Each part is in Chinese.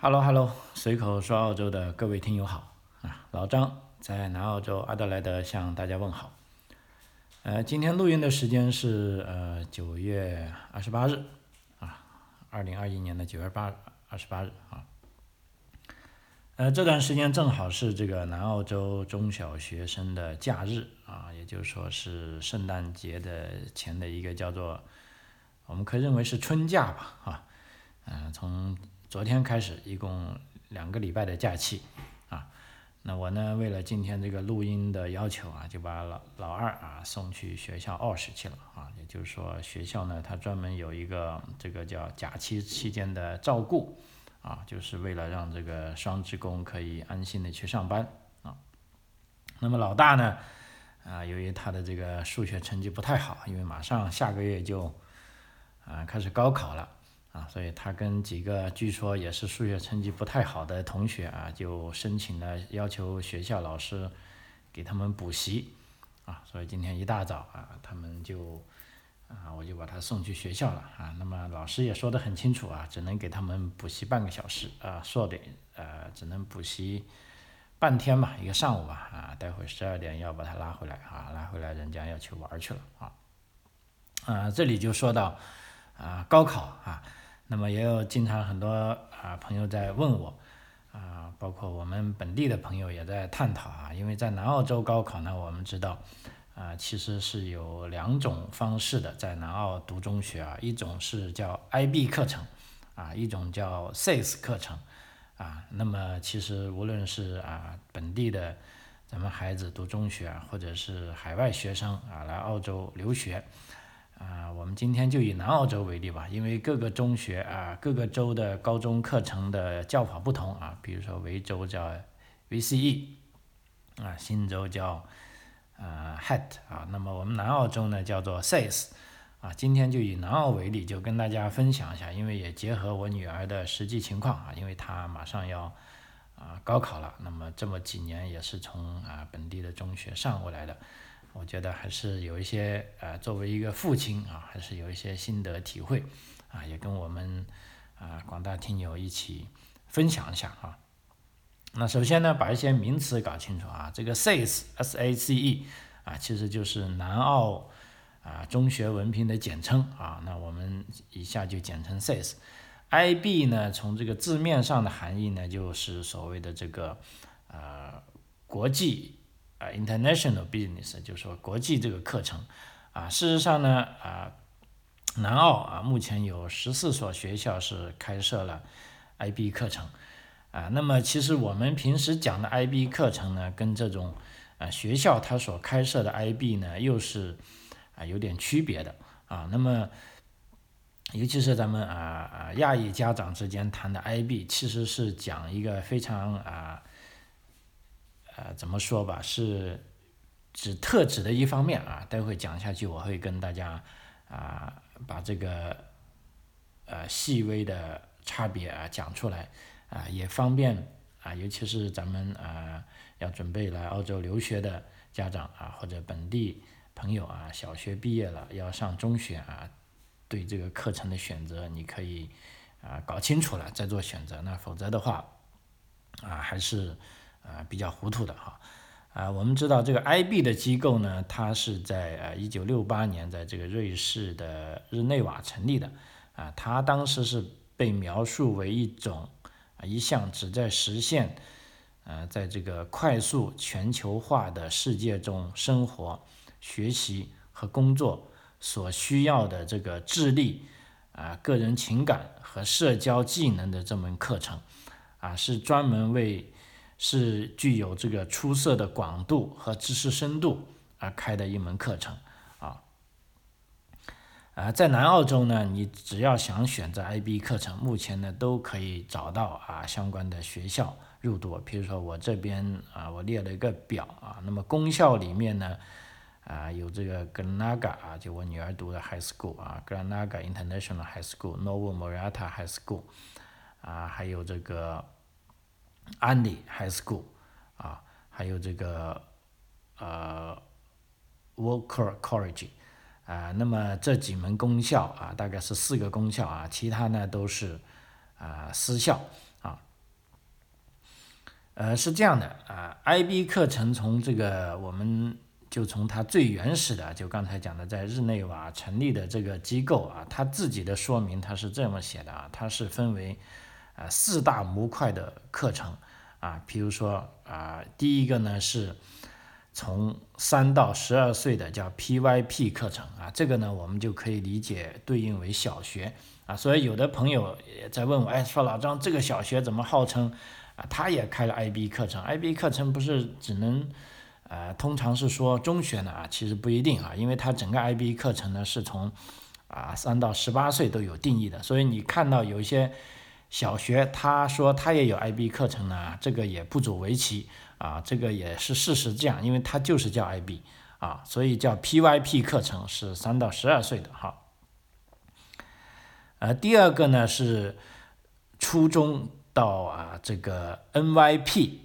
Hello，随口说澳洲的各位听友好啊，老张在南澳洲阿德莱德向大家问好。今天录音的时间是9月28日啊，2021年的9月28日啊。这段时间正好是这个南澳洲中小学生的假日啊，也就是说是圣诞节的前的一个叫做，我们可以认为是春假吧啊。从昨天开始，一共2个礼拜的假期啊。那我呢，为了今天这个录音的要求啊，就把老二啊送去学校20去了啊。也就是说，学校呢，它专门有一个这个叫假期期间的照顾啊，就是为了让这个双职工可以安心的去上班啊。那么老大呢，由于他的这个数学成绩不太好，因为马上下个月就开始高考了。所以他跟几个据说也是数学成绩不太好的同学啊，就申请了要求学校老师给他们补习啊。所以今天一大早啊，他们就我就把他送去学校了啊。那么老师也说得很清楚啊，只能给他们补习半个小时啊，说的只能补习半天吧，一个上午吧啊。待会12点要把他拉回来啊，拉回来人家要去玩去了啊。这里就说到高考啊。那么也有经常很多朋友在问我包括我们本地的朋友也在探讨因为在南澳洲高考呢，我们知道其实是有2种方式的，在南澳读中学一种是叫 IB 课程一种叫 SAYS 课程那么其实无论是本地的咱们孩子读中学或者是海外学生来澳洲留学我们今天就以南澳洲为例吧，因为各个中学各个州的高中课程的叫法不同比如说维州叫 VCE 新州叫HET 那么我们南澳洲呢叫做 SAYS 今天就以南澳为例，就跟大家分享一下，因为也结合我女儿的实际情况因为她马上要高考了，那么这么几年也是从本地的中学上过来的。我觉得还是有一些作为一个父亲还是有一些心得体会也跟我们广大听友一起分享一下那首先呢，把一些名词搞清楚这个 SACE SACE 其实就是南澳中学文凭的简称那我们以下就简称 SACE。IB 呢，从这个字面上的含义呢，就是所谓的这个国际international business， 就是说国际这个课程事实上呢南澳目前有14所学校是开设了 IB 课程那么其实我们平时讲的 IB 课程呢，跟这种学校它所开设的 IB 呢，又是有点区别的那么尤其是咱们亚裔家长之间谈的 IB， 其实是讲一个非常怎么说吧，是特指的一方面待会讲下去我会跟大家把这个细微的差别讲出来也方便尤其是咱们要准备来澳洲留学的家长或者本地朋友小学毕业了要上中学对这个课程的选择你可以搞清楚了再做选择，那否则的话还是比较糊涂的我们知道这个 IB 的机构呢，它是在1968年在这个瑞士的日内瓦成立的它当时是被描述为一项旨在实现在这个快速全球化的世界中生活、学习和工作所需要的这个智力个人情感和社交技能的这门课程是专门是具有这个出色的广度和知识深度开的一门课程在南澳洲呢，你只要想选择 IB 课程，目前呢都可以找到相关的学校入读。比如说我这边我列了一个表那么公校里面呢有这个 Glenaga 就我女儿读的 High School Glenaga International High School、Novo Murata High School 还有这个Andy High School 还有这个Walker College那么这几门公校大概是4个公校其他呢都是私校是这样的啊，IB 课程从这个我们就从它最原始的，就刚才讲的在日内瓦成立的这个机构啊，它自己的说明它是这么写的啊，它是分为4大模块的课程啊，比如说第一个呢是从3到12岁的叫 PYP 课程啊，这个呢我们就可以理解对应为小学啊，所以有的朋友也在问我，哎，说老张这个小学怎么号称他也开了 IB 课程 ，IB 课程不是只能通常是说中学呢其实不一定因为它整个 IB 课程呢是从3到18岁都有定义的，所以你看到有一些小学他说他也有 IB 课程呢，这个也不足为奇这个也是事实这样，因为它就是叫 IB 所以叫 PYP 课程是3到12岁的第二个呢是初中到这个 NYP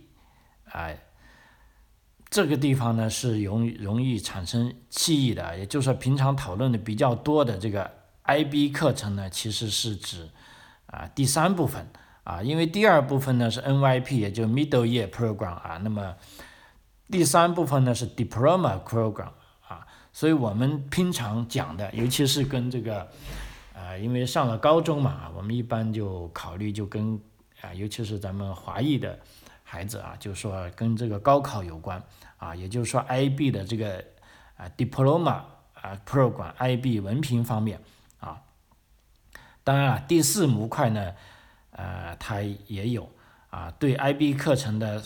这个地方呢是容易产生歧义的，也就是说平常讨论的比较多的这个 IB 课程呢，其实是指第3部分因为第2部分呢是 NYP， 也就是 Middle Year Program 那么第3部分呢是 Diploma Program 所以我们平常讲的，尤其是跟这个因为上了高中嘛，我们一般就考虑就跟尤其是咱们华裔的孩子就说跟这个高考有关也就是说 IB 的这个Diploma Program IB 文凭方面当然了，第4模块呢它也有对 IB 课程的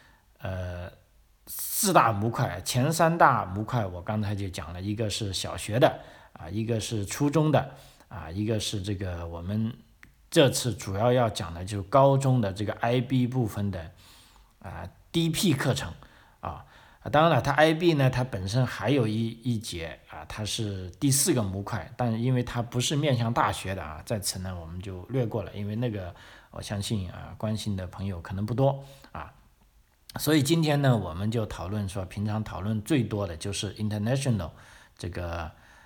4大模块，前3大模块我刚才就讲了，一个是小学的一个是初中的一个是这个我们这次主要要讲的就是高中的这个 IB 部分的DP 课程当然了，它 IB 呢，它本身还有一节它是第4个模块，但因为它不是面向大学的在此呢我们就略过了，因为那个我相信关心的朋友可能不多所以今天呢我们就讨论说，平常讨论最多的就是 International 这个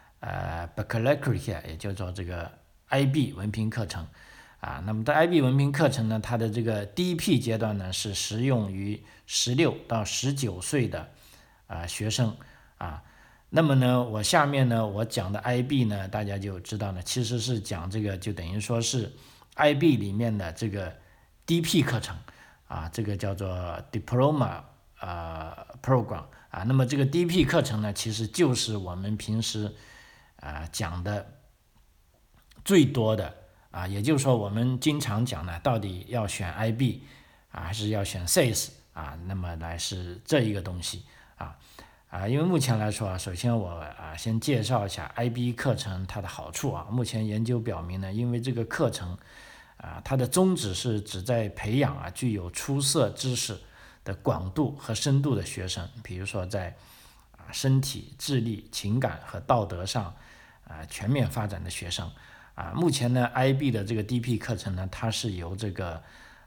Baccalaureate 也叫做这个 IB 文凭课程那么在 IB 文凭课程呢，它的这个第1批阶段呢是适用于16到19岁的学生那么呢我下面呢我讲的 IB 呢大家就知道呢，其实是讲这个就等于说是 IB 里面的这个DP 课程这个叫做 Diploma Program那么这个 DP 课程呢其实就是我们平时讲的最多的也就是说我们经常讲呢，到底要选 IB还是要选 SACE 那么来是这一个东西因为目前来说首先我先介绍一下 IB 课程它的好处目前研究表明呢，因为这个课程它的宗旨是旨在培养具有出色知识的广度和深度的学生，比如说在身体、智力、情感和道德上全面发展的学生目前呢 IB 的这个 DP 课程呢，它是由这个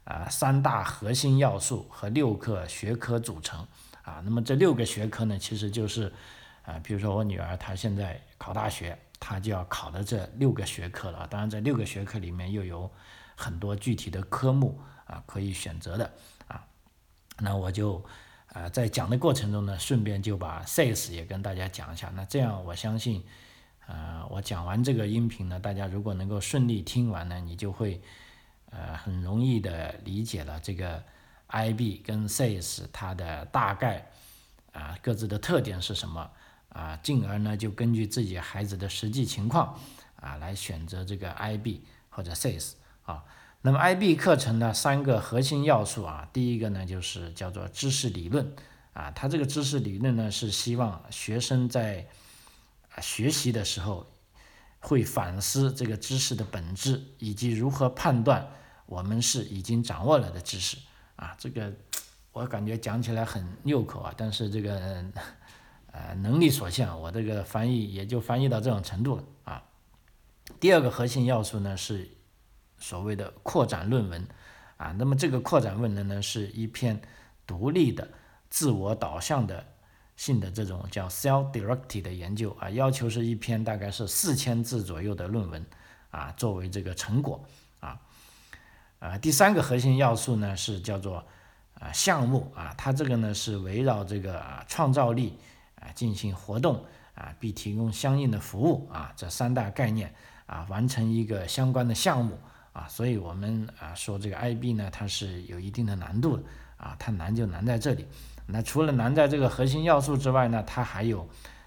3大核心要素和6个学科组成那么这6个学科呢，其实就是比如说我女儿她现在考大学，她就要考的这6个学科了当然这6个学科里面又有很多具体的科目可以选择的那我就在讲的过程中呢，顺便就把 SACE 也跟大家讲一下，那这样我相信我讲完这个音频呢，大家如果能够顺利听完呢，你就会很容易的理解了这个 IB 跟 SACE 它的大概各自的特点是什么进而呢就根据自己孩子的实际情况来选择这个 IB 或者 SACE那么 IB 课程呢3个核心要素第一个呢就是叫做知识理论它这个知识理论呢是希望学生在学习的时候会反思这个知识的本质，以及如何判断我们是已经掌握了的知识这个我感觉讲起来很拗口但是这个能力所限，我这个翻译也就翻译到这种程度了第2个核心要素呢是所谓的扩展论文那么这个扩展论文呢是一篇独立的自我导向的性的这种叫 self-directed 的研究要求是一篇大概是4000字左右的论文作为这个成果第3个核心要素呢是叫做项目啊，它这个呢是围绕这个创造力进行活动并提供相应的服务这3大概念完成一个相关的项目所以我们说这个 IB 呢它是有一定的难度的它难就难在这里。那除了难在这个核心要素之外呢，它还有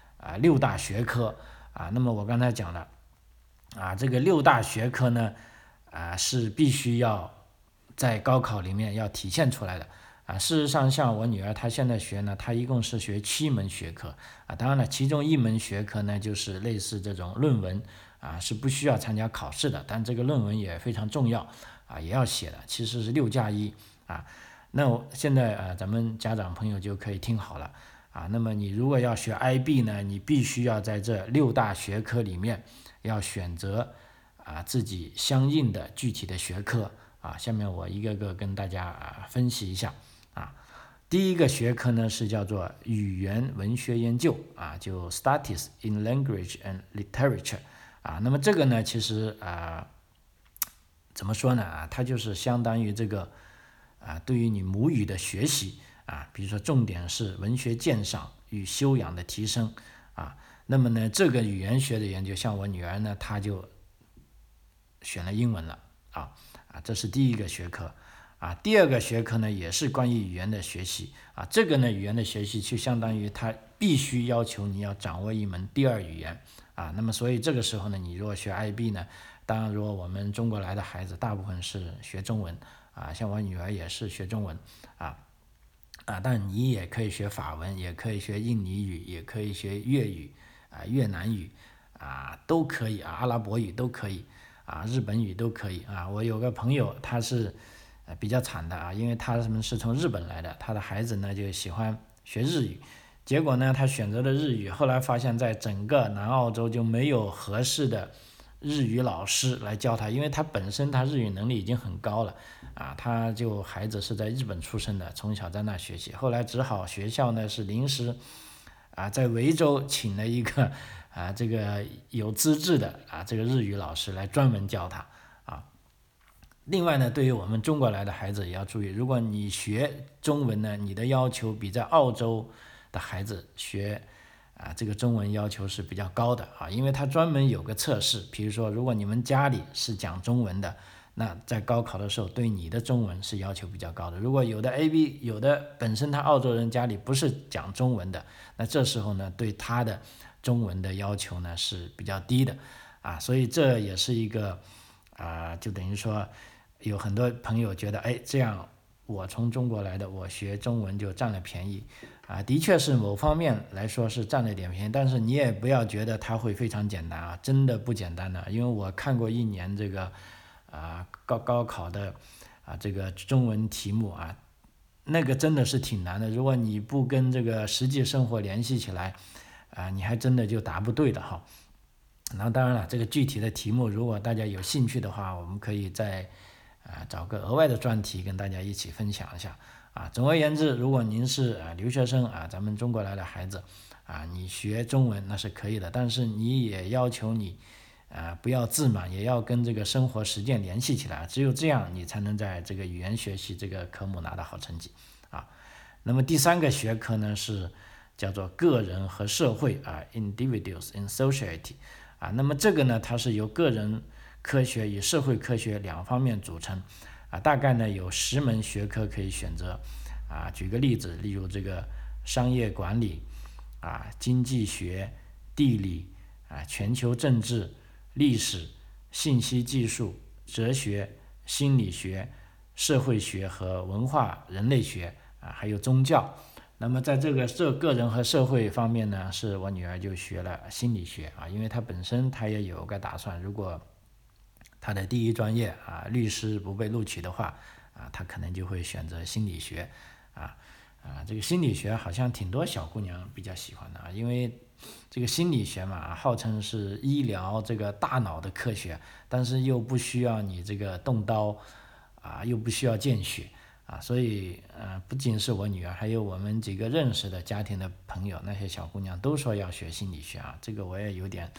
6大学科那么我刚才讲了这个6大学科呢是必须要在高考里面要体现出来的事实上像我女儿她现在学呢，她一共是学7门学科当然了，其中1门学科呢就是类似这种论文是不需要参加考试的，但这个论文也非常重要也要写的，其实是6+1那现在咱们家长朋友就可以听好了那么你如果要学 IB 呢，你必须要在这6大学科里面要选择自己相应的具体的学科下面我一个个跟大家分析一下第一个学科呢是叫做语言文学研究就 Studies in Language and Literature那么这个呢其实怎么说呢它就是相当于这个对于你母语的学习比如说重点是文学鉴赏与修养的提升那么呢这个语言学的研究，像我女儿呢她就选了英文了这是第一个学科第二个学科呢也是关于语言的学习这个呢语言的学习就相当于它必须要求你要掌握一门第二语言那么所以这个时候呢你如果学 IB 呢，当然如果我们中国来的孩子大部分是学中文像我女儿也是学中文但你也可以学法文，也可以学印尼语，也可以学粤语越南语都可以阿拉伯语都可以日本语都可以我有个朋友他是比较惨的因为他们是从日本来的，他的孩子呢就喜欢学日语，结果呢他选择了日语，后来发现在整个南澳洲就没有合适的日语老师来教他，因为他本身他日语能力已经很高了他就孩子是在日本出生的，从小在那学习，后来只好学校呢是临时在维州请了一个这个有资质的这个日语老师来专门教他另外呢对于我们中国来的孩子也要注意，如果你学中文呢，你的要求比在澳洲的孩子学这个中文要求是比较高的因为他专门有个测试，比如说如果你们家里是讲中文的，那在高考的时候对你的中文是要求比较高的，如果有的 AB 有的本身他澳洲人家里不是讲中文的，那这时候呢对他的中文的要求呢是比较低的所以这也是一个就等于说有很多朋友觉得这样我从中国来的，我学中文就占了便宜的确是某方面来说是占了点便宜，但是你也不要觉得它会非常简单真的不简单的，因为我看过1年这个高考的这个中文题目那个真的是挺难的，如果你不跟这个实际生活联系起来你还真的就答不对的那当然了，这个具体的题目如果大家有兴趣的话，我们可以再找个额外的专题跟大家一起分享一下总而言之，如果您是留学生咱们中国来的孩子你学中文那是可以的，但是你也要求你不要自满，也要跟这个生活实践联系起来，只有这样你才能在这个语言学习这个科目拿到好成绩那么第3个学科呢是叫做个人和社会Individuals in Society那么这个呢它是由个人科学与社会科学2方面组成大概呢有10门学科可以选择举个例子，例如这个商业管理经济学、地理全球政治、历史、信息技术、哲学、心理学、社会学和文化人类学还有宗教。那么在这个人和社会方面呢，是我女儿就学了心理学因为她本身她也有个打算，如果她的第一专业律师不被录取的话她可能就会选择心理学这个心理学好像挺多小姑娘比较喜欢的因为这个心理学嘛，号称是医疗这个大脑的科学，但是又不需要你这个动刀又不需要见血所以不仅是我女儿，还有我们几个认识的家庭的朋友，那些小姑娘都说要学心理学这个我也有点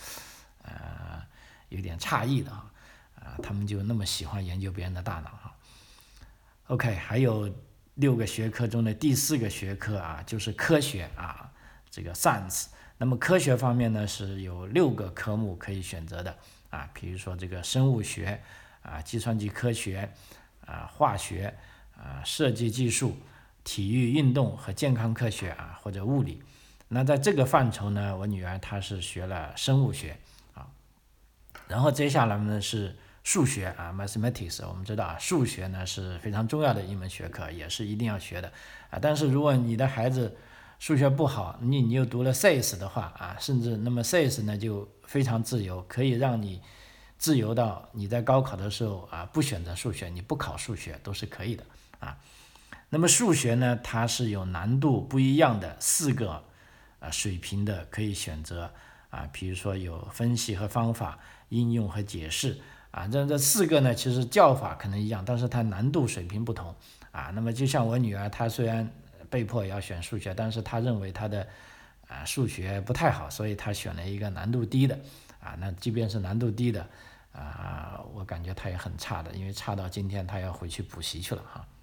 诧异的他们就那么喜欢研究别人的大脑OK， 还有 6个学科中的第4个学科啊，就是科学啊，这个 science。那么科学方面呢是有6个科目可以选择的啊，比如说这个生物学啊、计算机科学啊、化学啊、设计技术、体育运动和健康科学啊，或者物理。那在这个范畴呢，我女儿她是学了生物学啊，然后接下来呢是数学啊 ，mathematics。我们知道啊，数学呢是非常重要的一门学科，也是一定要学的啊。但是如果你的孩子数学不好，你又读了 SAIS 的话啊，甚至那么 SAIS 呢就非常自由，可以让你自由到你在高考的时候啊不选择数学，你不考数学都是可以的啊。那么数学呢，它是有难度不一样的4个水平的可以选择啊，比如说有分析和方法、应用和解释啊，这4个呢，其实叫法可能一样，但是它难度水平不同啊。那么就像我女儿，她虽然被迫要选数学，但是她认为她的数学不太好，所以她选了一个难度低的啊。那即便是难度低的我感觉她也很差的，因为差到今天她要回去补习去了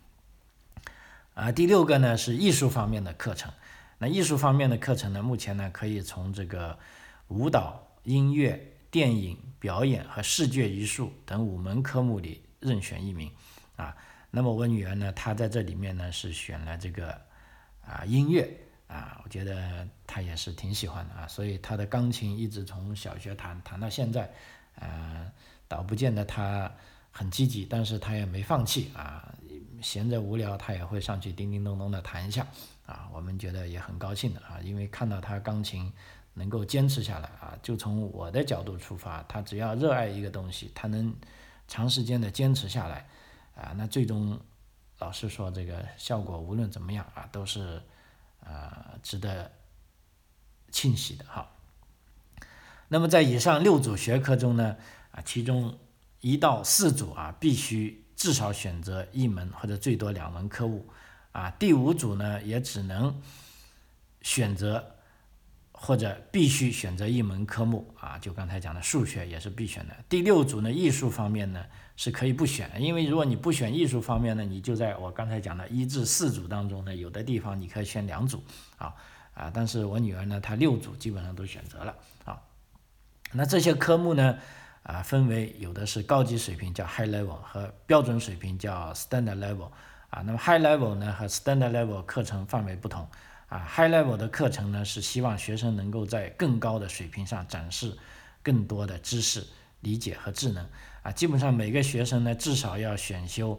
第6个呢是艺术方面的课程。那艺术方面的课程呢，目前呢可以从这个舞蹈、音乐、电影、表演和视觉艺术等5门科目里任选1名啊。那么我女儿呢，她在这里面呢是选了这个音乐啊，我觉得她也是挺喜欢的啊，所以她的钢琴一直从小学弹到现在，倒不见得她很积极，但是她也没放弃啊，闲着无聊她也会上去叮叮咚咚的弹一下啊，我们觉得也很高兴的啊，因为看到她钢琴能够坚持下来啊，就从我的角度出发，她只要热爱一个东西，她能长时间的坚持下来啊，那最终老实说这个效果无论怎么样啊，都是值得庆喜的哈。那么在以上6组学科中呢其中1到4组必须至少选择1门或者最多2门科目第5组呢也只能选择或者必须选择1门科目就刚才讲的数学也是必选的。第6组呢，艺术方面呢是可以不选的，因为如果你不选艺术方面呢，你就在我刚才讲的1至4组当中呢，有的地方你可以选2组但是我女儿呢，她6组基本上都选择了那这些科目呢分为有的是高级水平叫 high level 和标准水平叫 standard level 那么 high level 呢和 standard level 课程范围不同high level 的课程呢是希望学生能够在更高的水平上展示更多的知识、理解和智能基本上每个学生呢至少要选修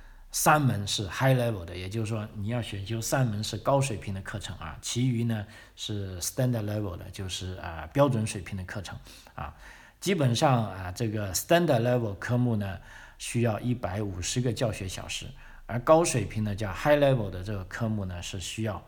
3门是 high level 的，也就是说你要选修3门是高水平的课程其余呢是 standard level 的，就是标准水平的课程基本上这个 standard level 科目呢需要150个教学小时，而高水平的叫 high level 的这个科目呢是需要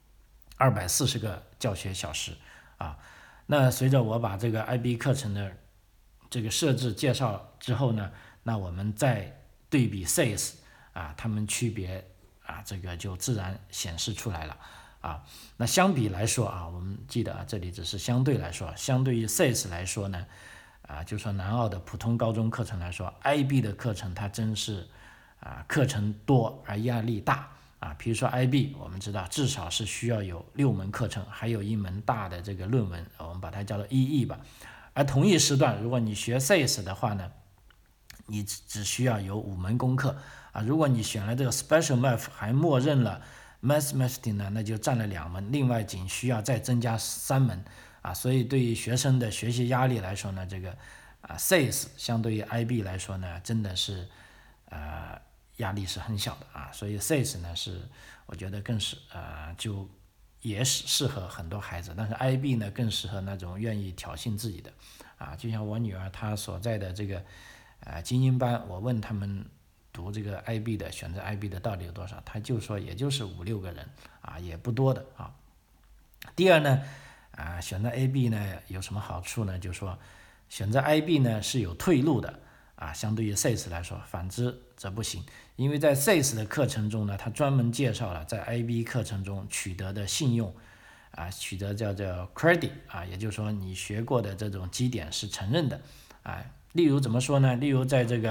240个教学小时那随着我把这个 IB 课程的这个设置介绍之后呢，那我们再对比 SAIS它们区别这个就自然显示出来了那相比来说我们记得这里只是相对来说，相对于 SAIS 来说呢就说南澳的普通高中课程来说 ，IB 的课程它真是课程多而压力大比如说 IB 我们知道至少是需要有6门课程，还有1门大的这个论文，我们把它叫做 EE 吧。而同一时段如果你学 SAIS 的话呢，你只需要有5门功课如果你选了这个 Special Math 还默认了 Mathematics 呢，那就占了2门，另外仅需要再增加3门所以对于学生的学习压力来说呢，这个SAIS 相对于 IB 来说呢，真的是压力是很小的所以 SAIS 呢是我觉得更是就也适合很多孩子，但是 IB 呢更适合那种愿意挑衅自己的就像我女儿她所在的这个精英班，我问他们读这个 IB 的选择 IB 的到底有多少，他就说也就是5-6个人也不多的第二呢选择 IB 呢有什么好处呢？就是说选择 IB 呢是有退路的相对于 SAIS 来说，反之则不行。因为在 SAIS 的课程中呢，它专门介绍了在 IB 课程中取得的信用取得叫做 credit 也就是说你学过的这种基点是承认的例如怎么说呢？例如在这个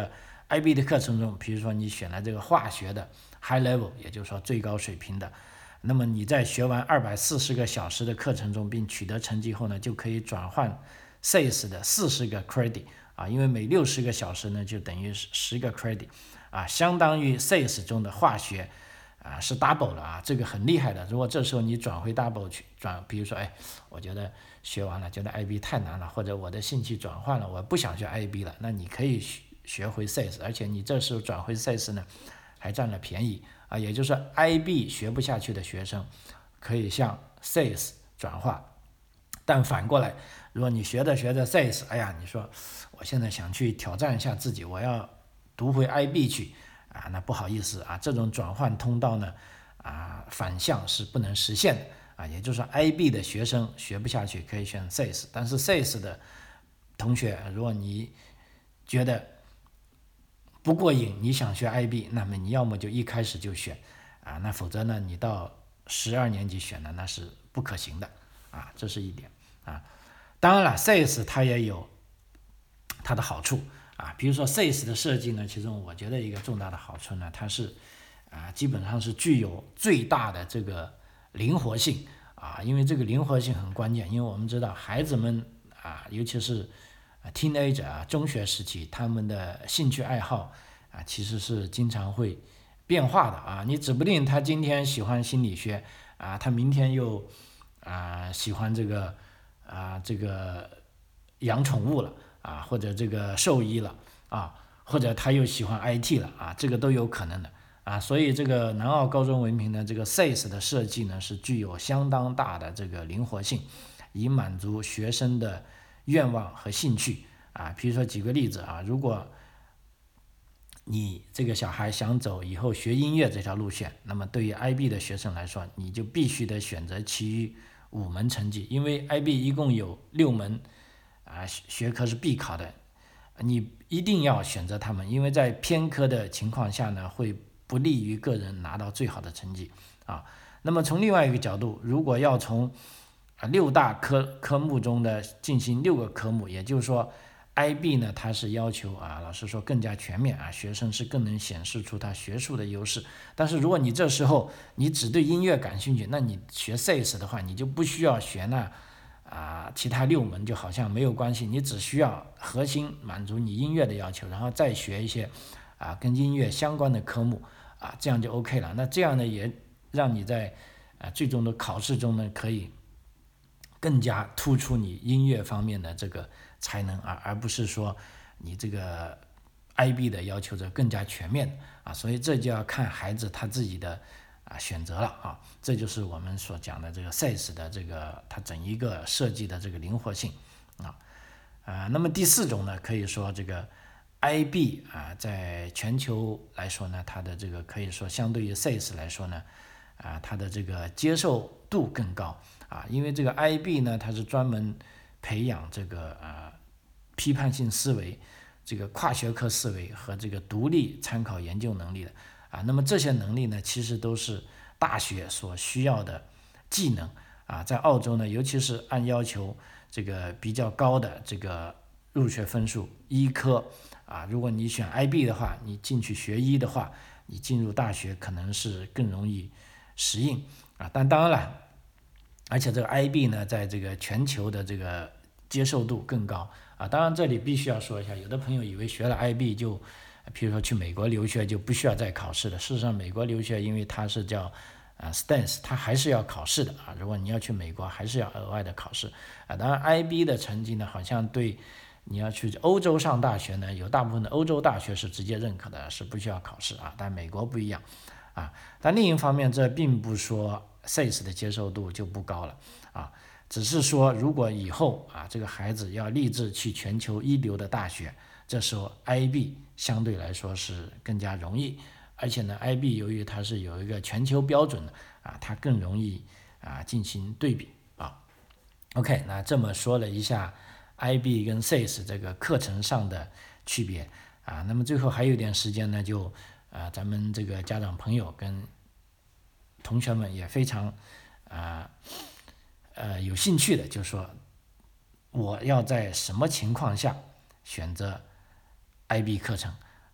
IB 的课程中，比如说你选了这个化学的 high level， 也就是说最高水平的，那么你在学完240个小时的课程中，并取得成绩后呢，就可以转换 SACE 的40个 credit 啊，因为每60个小时呢就等于10个 credit 啊，相当于 SACE 中的化学啊是 double 了啊，这个很厉害的。如果这时候你转回 double 去比如说我觉得学完了觉得 IB 太难了，或者我的兴趣转换了，我不想学 IB 了，那你可以学回 SACE， 而且你这时候转回 SACE 呢还占了便宜啊，也就是说 IB 学不下去的学生可以向 SACE 转化。但反过来，如果你学着学着 SACE， 你说我现在想去挑战一下自己，我要读回 IB 去啊，那不好意思啊，这种转换通道呢反向是不能实现的啊，也就是说 IB 的学生学不下去可以选 SACE， 但是 SACE 的同学，如果你觉得不过瘾，你想学 IB， 那么你要么就一开始就选啊，那否则呢，你到12年级选的那是不可行的啊，这是一点啊。当然了 ，SACE 它也有它的好处啊，比如说 SACE 的设计呢，其中我觉得一个重大的好处呢，它是基本上是具有最大的这个灵活性啊，因为这个灵活性很关键，因为我们知道孩子们尤其是teenager 中学时期，他们的兴趣爱好其实是经常会变化的啊，你指不定他今天喜欢心理学他明天又喜欢这个养宠物了或者这个兽医了或者他又喜欢 IT 了这个都有可能的所以这个南澳高中文凭的这个 SACE 的设计呢，是具有相当大的这个灵活性，以满足学生的愿望和兴趣比如说举个例子如果你这个小孩想走以后学音乐这条路线，那么对于 IB 的学生来说，你就必须得选择其余5门成绩，因为 IB 一共有6门学科是必考的，你一定要选择它们，因为在偏科的情况下呢，会不利于个人拿到最好的成绩那么从另外一个角度，如果要从6大科目中的进行6个科目，也就是说 IB 呢，它是要求老师说更加全面学生是更能显示出他学术的优势。但是如果你这时候你只对音乐感兴趣，那你学 SACE 的话，你就不需要学那其他6门，就好像没有关系，你只需要核心满足你音乐的要求，然后再学一些跟音乐相关的科目这样就 OK 了。那这样呢，也让你在最终的考试中呢，可以更加突出你音乐方面的这个才能而不是说你这个 IB 的要求者更加全面所以这就要看孩子他自己的选择了这就是我们所讲的这个 SACE 的这个它整一个设计的这个灵活性那么第4种呢，可以说这个 IB 在全球来说呢，它的这个可以说相对于 SACE 来说呢它的这个接受度更高因为这个 IB 呢，它是专门培养这个批判性思维、这个跨学科思维和这个独立参考研究能力的那么这些能力呢，其实都是大学所需要的技能在澳洲呢，尤其是按要求这个比较高的这个入学分数，医科如果你选 IB 的话，你进去学医的话，你进入大学可能是更容易适应但当然了，而且这个 IB 呢，在这个全球的这个接受度更高当然这里必须要说一下，有的朋友以为学了 IB 就譬如说去美国留学就不需要再考试了。事实上美国留学因为它是叫STANS， 它还是要考试的如果你要去美国还是要额外的考试当然 IB 的成绩呢，好像对你要去欧洲上大学呢，有大部分的欧洲大学是直接认可的，是不需要考试但美国不一样但另一方面，这并不说 SACE 的接受度就不高了只是说如果以后这个孩子要立志去全球一流的大学，这时候 IB 相对来说是更加容易，而且呢 IB 由于它是有一个全球标准的它更容易进行对比OK， 那这么说了一下 IB 跟 SACE 这个课程上的区别那么最后还有一点时间呢，就咱们这个家长朋友跟同学们也非常有兴趣的，就是说我要在什么情况下选择 IB 课程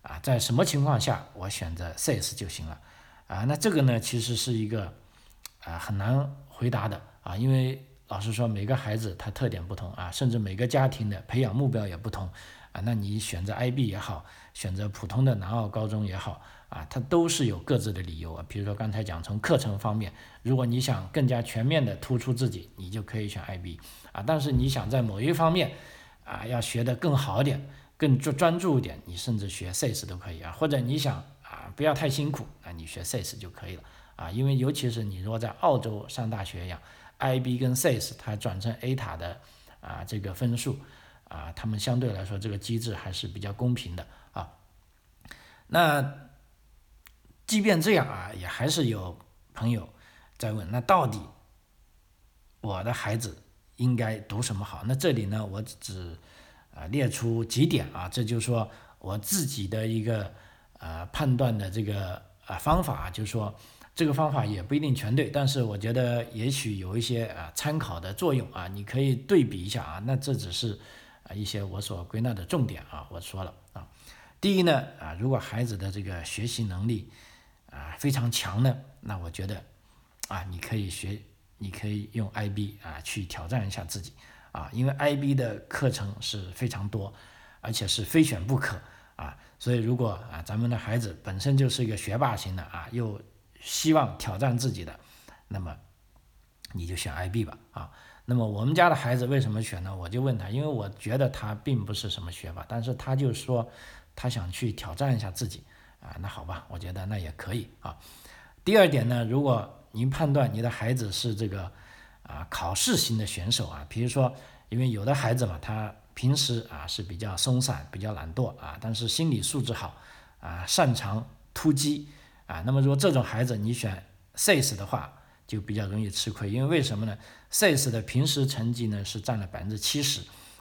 在什么情况下我选择 SAYS 就行了那这个呢其实是一个很难回答的因为老实说每个孩子他特点不同甚至每个家庭的培养目标也不同那你选择 IB 也好，选择普通的南澳高中也好它都是有各自的理由比如说刚才讲从课程方面，如果你想更加全面的突出自己，你就可以选 IB 但是你想在某一方面要学得更好一点，更专注一点，你甚至学 SAYS 都可以或者你想不要太辛苦你学 SAYS 就可以了因为尤其是你如果在澳洲上大学一样，IB 跟 SAYS 它转成 ATA 的这个分数他们相对来说这个机制还是比较公平的那即便这样也还是有朋友在问，那到底我的孩子应该读什么好？那这里呢，我只列出几点这就是说我自己的一个判断的这个方法就是说这个方法也不一定全对，但是我觉得也许有一些参考的作用你可以对比一下那这只是一些我所归纳的重点我说了第一呢如果孩子的这个学习能力非常强呢，那我觉得你可以用 IB 去挑战一下自己因为 IB 的课程是非常多，而且是非选不可所以如果咱们的孩子本身就是一个学霸型的又希望挑战自己的，那么你就选 IB 吧那么我们家的孩子为什么选呢？我就问他，因为我觉得他并不是什么学霸，但是他就说他想去挑战一下自己那好吧，我觉得那也可以第二点呢，如果您判断你的孩子是这个考试型的选手比如说因为有的孩子嘛，他平时是比较松散比较懒惰但是心理素质好擅长突击那么如果这种孩子你选 SAYS 的话就比较容易吃亏，因为为什么呢？ SAYS 的平时成绩呢是占了70%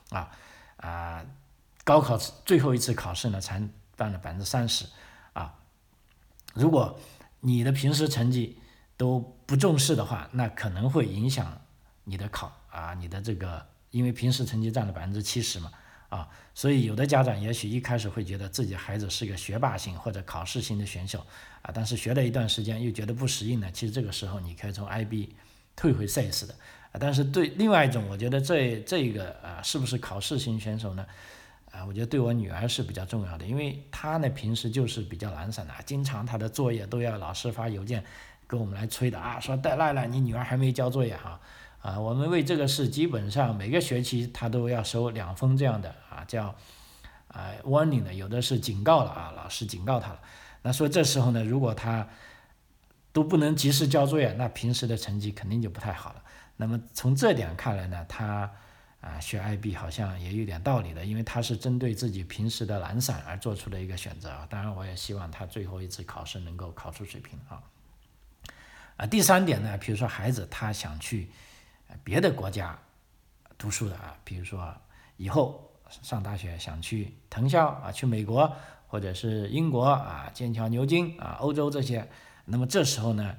高考最后一次考试呢才占了30%如果你的平时成绩都不重视的话，那可能会影响你的你的这个，因为平时成绩占了70%嘛所以有的家长也许一开始会觉得自己孩子是个学霸型或者考试型的选手但是学了一段时间又觉得不适应呢，其实这个时候你可以从 IB 退回 SAYS 的但是对另外一种，我觉得这个是不是考试型选手呢我觉得对我女儿是比较重要的，因为她呢平时就是比较懒散的经常她的作业都要老师发邮件跟我们来催的说赖赖你女儿还没交作业我们为这个事基本上每个学期她都要收2封这样的叫warning 的，有的是警告了老师警告她了，那所以这时候呢，如果她都不能及时交作业，那平时的成绩肯定就不太好了。那么从这点看来呢，她学 IB 好像也有点道理的，因为她是针对自己平时的懒散而做出的一个选择当然我也希望她最后一次考试能够考出水平第三点呢，比如说孩子他想去别的国家读书的比如说以后上大学想去藤校去美国或者是英国剑桥牛津欧洲这些，那么这时候呢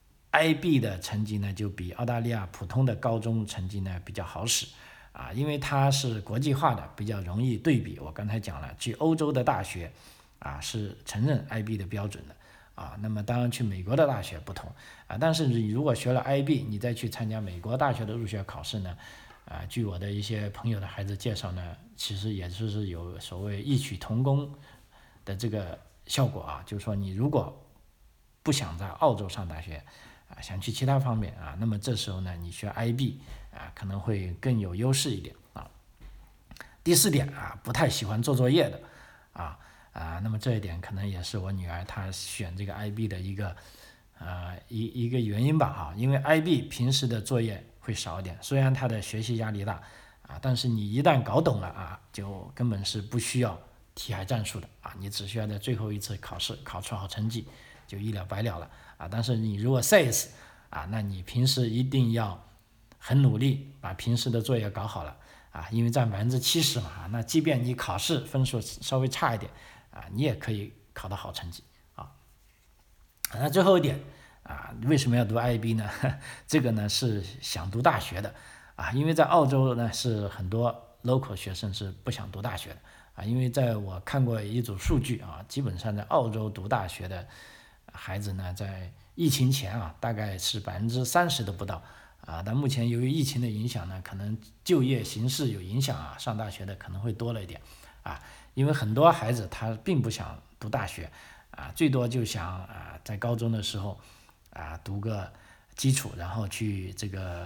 IB 的成绩呢就比澳大利亚普通的高中成绩呢比较好使因为它是国际化的，比较容易对比。我刚才讲了，去欧洲的大学是承认 IB 的标准的那么当然去美国的大学不同但是你如果学了 IB 你再去参加美国大学的入学考试呢据我的一些朋友的孩子介绍呢，其实也是有所谓异曲同工的这个效果就是说你如果不想在澳洲上大学想去其他方面那么这时候呢你学 IB可能会更有优势一点第四点不太喜欢做作业的那么这一点可能也是我女儿她选这个 IB 的一个原因吧因为 IB 平时的作业会少一点，虽然她的学习压力大但是你一旦搞懂了就根本是不需要题海战术的你只需要在最后一次考试考出好成绩就一了百了但是你如果 SAYS 那你平时一定要很努力把平时的作业搞好了因为占70%嘛那即便你考试分数稍微差一点你也可以考到好成绩那最后一点为什么要读 IB 呢？这个呢是想读大学的因为在澳洲呢是很多 local 学生是不想读大学的因为在我看过一组数据基本上在澳洲读大学的孩子呢，在疫情前大概是30%都不到但目前由于疫情的影响呢，可能就业形势有影响上大学的可能会多了一点因为很多孩子他并不想读大学最多就想在高中的时候读个基础，然后去这个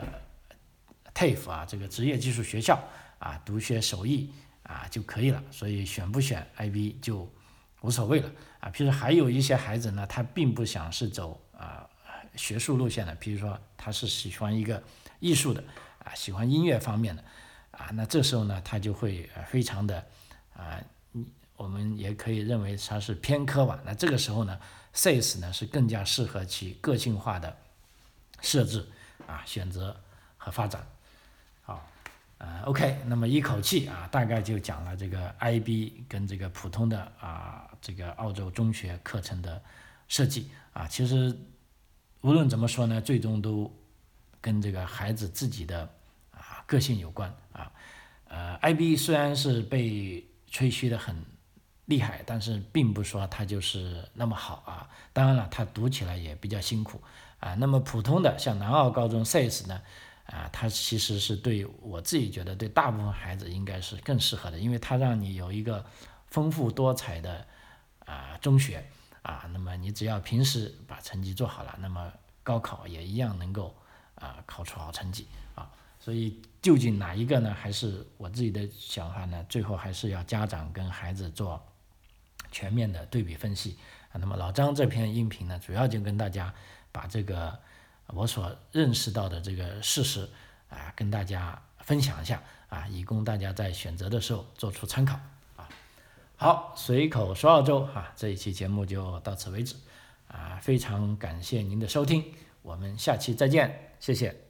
TAFE 这个职业技术学校读些手艺就可以了，所以选不选 IB 就无所谓了譬如还有一些孩子呢，他并不想是走学术路线的，比如说他是喜欢一个艺术的喜欢音乐方面的那这时候呢，他就会非常的我们也可以认为它是偏科吧。那这个时候呢 SAYS 呢是更加适合其个性化的设置选择和发展。好OK， 那么一口气大概就讲了这个 IB 跟这个普通的这个澳洲中学课程的设计其实无论怎么说呢，最终都跟这个孩子自己的个性有关IB 虽然是被吹嘘的很厉害，但是并不说它就是那么好当然了，它读起来也比较辛苦那么普通的像南澳高中 SAYS 呢它其实是对我自己觉得对大部分孩子应该是更适合的，因为它让你有一个丰富多彩的中学那么你只要平时把成绩做好了，那么高考也一样能够考出好成绩所以究竟哪一个呢？还是我自己的想法呢？最后还是要家长跟孩子做全面的对比分析那么老张这篇音频呢，主要就跟大家把这个我所认识到的这个事实跟大家分享一下以供大家在选择的时候做出参考好，随口说澳洲这一期节目就到此为止非常感谢您的收听，我们下期再见，谢谢。